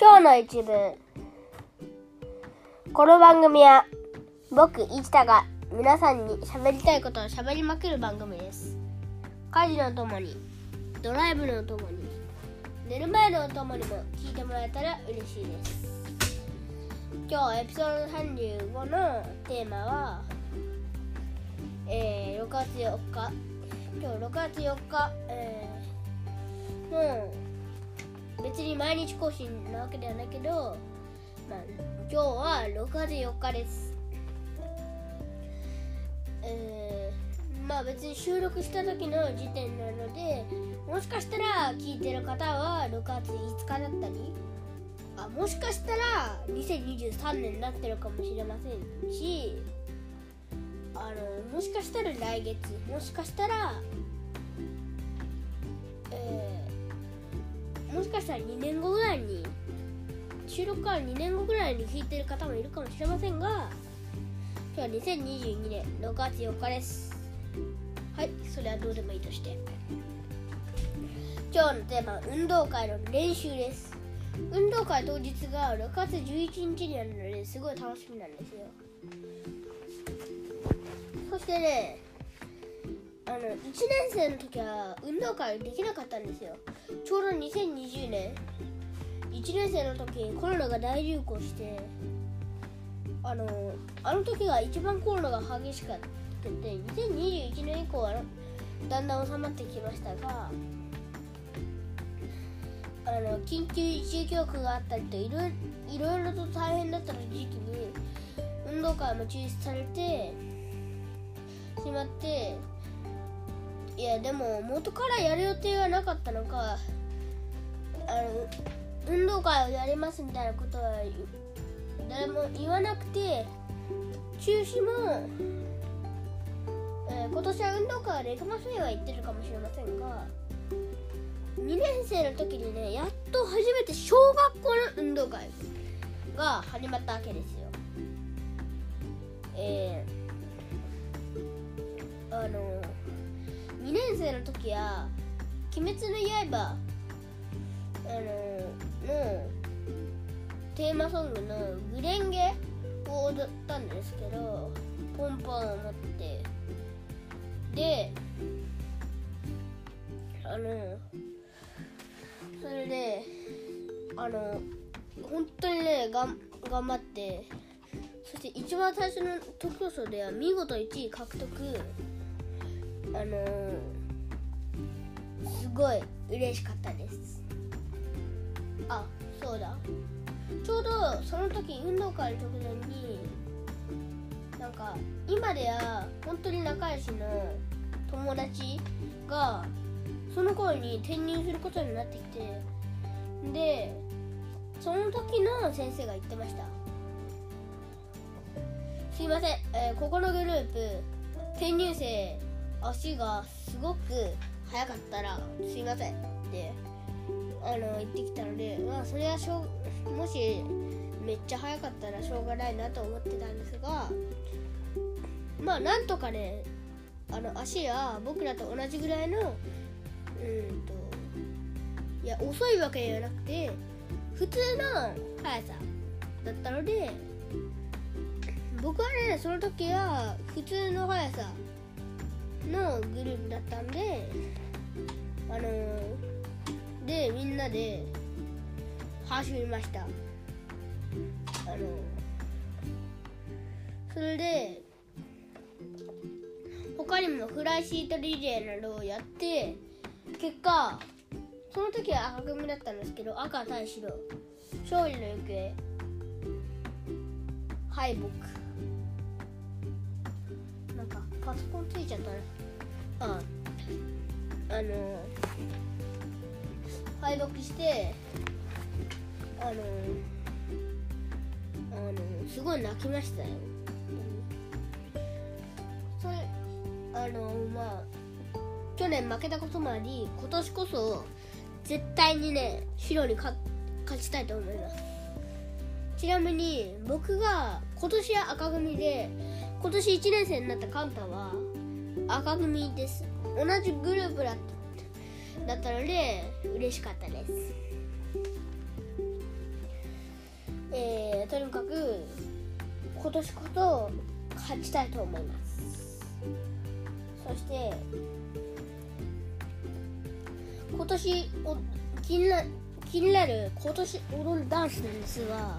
今日の一文。この番組は僕市田が皆さんに喋りたいことを喋りまくる番組です。家事のともに、ドライブのともに、寝る前のともにも聞いてもらえたら嬉しいです。今日エピソード35のテーマは、6月4日今日6月4日、もう別に毎日更新なわけではないけど、今日は6月4日です。別に収録した時の時点なので、もしかしたら聞いてる方は6月5日だったり、もしかしたら2023年になってるかもしれませんし、もしかしたら来月、もしかしたらもしかしたら2年後ぐらいに、収録から2年後ぐらいに聞いてる方もいるかもしれませんが、今日は2022年6月4日です。はい、それはどうでもいいとして、今日のテーマは運動会の練習です。運動会当日が6月11日にあるので、すごい楽しみなんですよ。そしてね、1年生の時は運動会できなかったんですよ。ちょうど2020年1年生の時にコロナが大流行して、あの時が一番コロナが激しかったって、2021年以降はだんだん収まってきましたが、緊急一時教育があったりといろいろと大変だった時期に運動会も中止されてしまって、いやでも元からやる予定はなかったのか、運動会をやりますみたいなことは誰も言わなくて、中止も、今年は運動会はできませんは言ってるかもしれませんが、2年生の時にね、やっと初めて小学校の運動会が始まったわけですよ。2年生の時は鬼滅の刃のテーマソングのグレンゲを踊ったんですけど、ポンポンを持って、でそれで本当にね頑張って、そして一番最初の徒競走では見事1位獲得、すごい嬉しかったです。そうだ、ちょうどその時運動会の直前に今では本当に仲良しの友達がその頃に転入することになってきて、でその時の先生が言ってました。すいません、ここのグループ転入生足がすごく速かったらすいませんって言ってきたので、それはもしめっちゃ速かったらしょうがないなと思ってたんですが、なんとかね、足は僕らと同じぐらいのいや遅いわけではなくて普通の速さだったので、僕はねその時は普通の速さのグループだったんで、でみんなで走りました。それで他にもフライシートリレーなどをやって、結果その時は赤組だったんですけど、赤対白、勝利の行方、敗北、パソコンついちゃったな。敗北してすごい泣きましたよ。それ去年負けたこともあり、今年こそ絶対にね白に勝ちたいと思います。ちなみに僕が今年は赤組で、今年1年生になったカンタは赤組です。同じグループだったので嬉しかったです。 とにかく今年こそ勝ちたいと思います。そして今年気になる今年踊るダンスなんですが、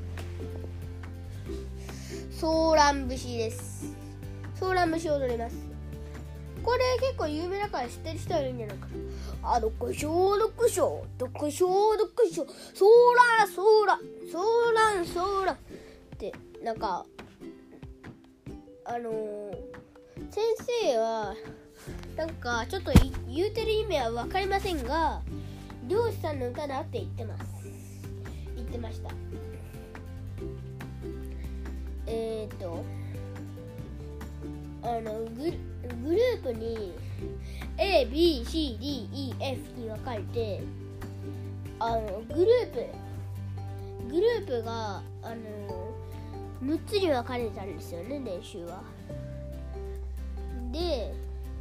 ソーラン節です。ソーラン節を踊ります。これ結構有名だから知ってる人はいるんじゃないかな。どっこいしょどっこいしょどっこいしょどっこいしょソーランソーランソーランソーランってなんか先生はなんかちょっと言うてる意味は分かりませんが、漁師さんの歌だって言ってました。グループに A、B、C、D、E、F に分かれてグループが6つに分かれたんですよね、練習は。で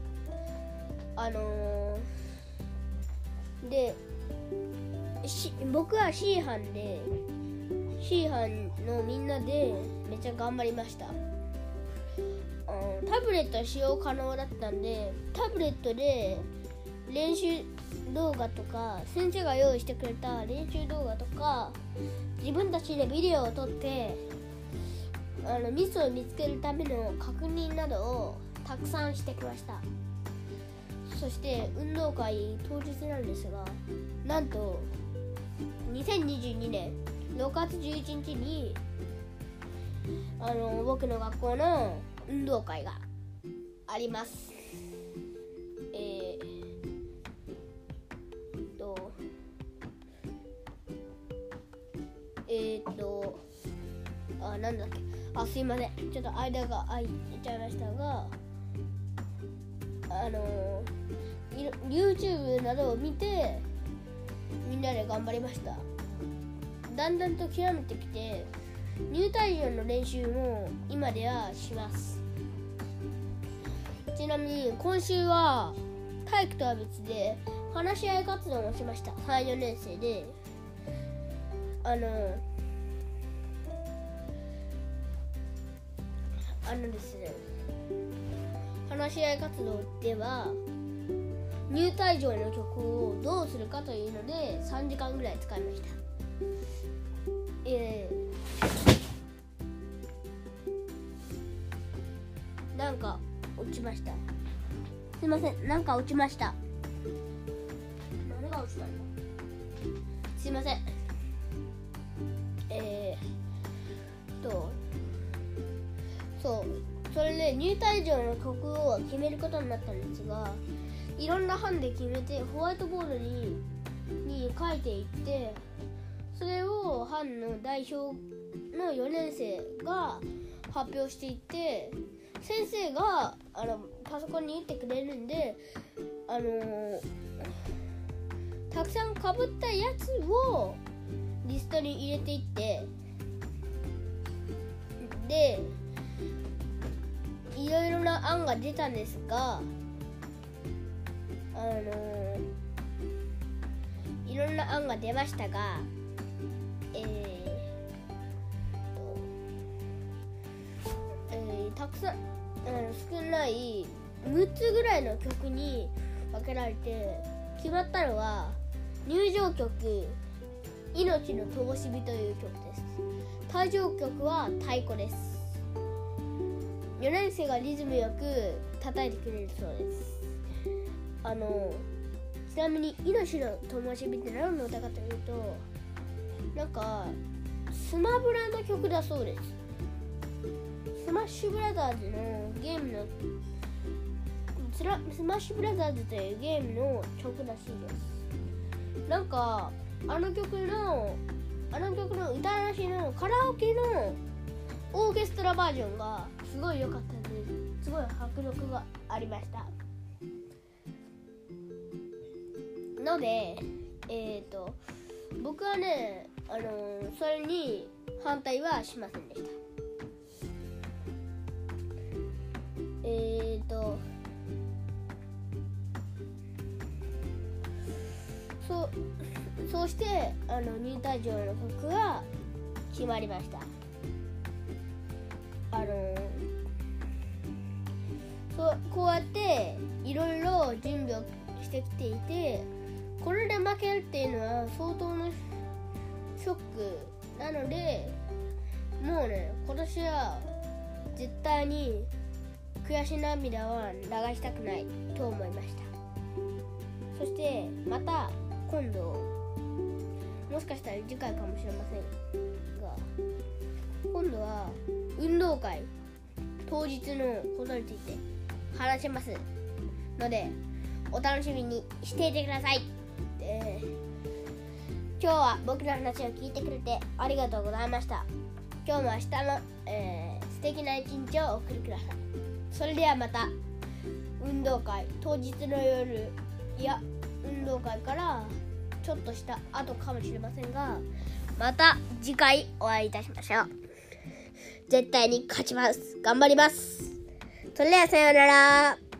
僕は C 班のみんなでめっちゃ頑張りました。タブレットは使用可能だったんで、タブレットで練習動画とか先生が用意してくれた練習動画とか自分たちでビデオを撮ってミスを見つけるための確認などをたくさんしてきました。そして運動会当日なんですが、なんと2022年6月11日に僕の学校の運動会があります。なんだっけ、すいません、ちょっと間が空いちゃいましたが、YouTube などを見てみんなで頑張りました。だんだんと極めてきて入退場の練習も今ではします。ちなみに今週は体育とは別で話し合い活動もしました。3、4年生でですね、話し合い活動では入退場の曲をどうするかというので3時間ぐらい使いました。なんか落ちました。すいません、なんか落ちました。何が落ちたの？すいません。それで入退場の曲を決めることになったんですが、いろんな班で決めてホワイトボードに書いていって、それを班の代表の4年生が発表していって、先生がパソコンに打ってくれるんで、たくさん被ったやつをリストに入れていって、でいろいろな案が出たんですが、いろんな案が出ましたが、たくさん少ない6つぐらいの曲に分けられて決まったのは入場曲命の灯火という曲です。退場曲は太鼓です。4年生がリズムよく叩いてくれるそうです。ちなみに命の灯火って何の歌かというと、なんかスマブラの曲だそうです。スマッシュブラザーズのゲームのスマッシュブラザーズというゲームの曲らしいです。なんかあの曲の歌なしのカラオケのオーケストラバージョンがすごい良かったので、すごい迫力がありました。ので僕はねそれに反対はしませんでした。そうして入退場の曲は決まりました。こうやっていろいろ準備をしてきていて、これで負けるっていうのは相当のショックなので、もうね、今年は絶対に悔し涙は流したくないと思いました。そしてまた今度、もしかしたら次回かもしれませんが、今度は運動会当日のことについて話しますので、お楽しみにしていてください。今日は僕の話を聞いてくれてありがとうございました。今日も明日の、素敵な一日をお送りください。それではまた運動会当日の夜や運動会からちょっとした後かもしれませんが、また次回お会いいたしましょう。絶対に勝ちます。頑張ります。それではさようなら。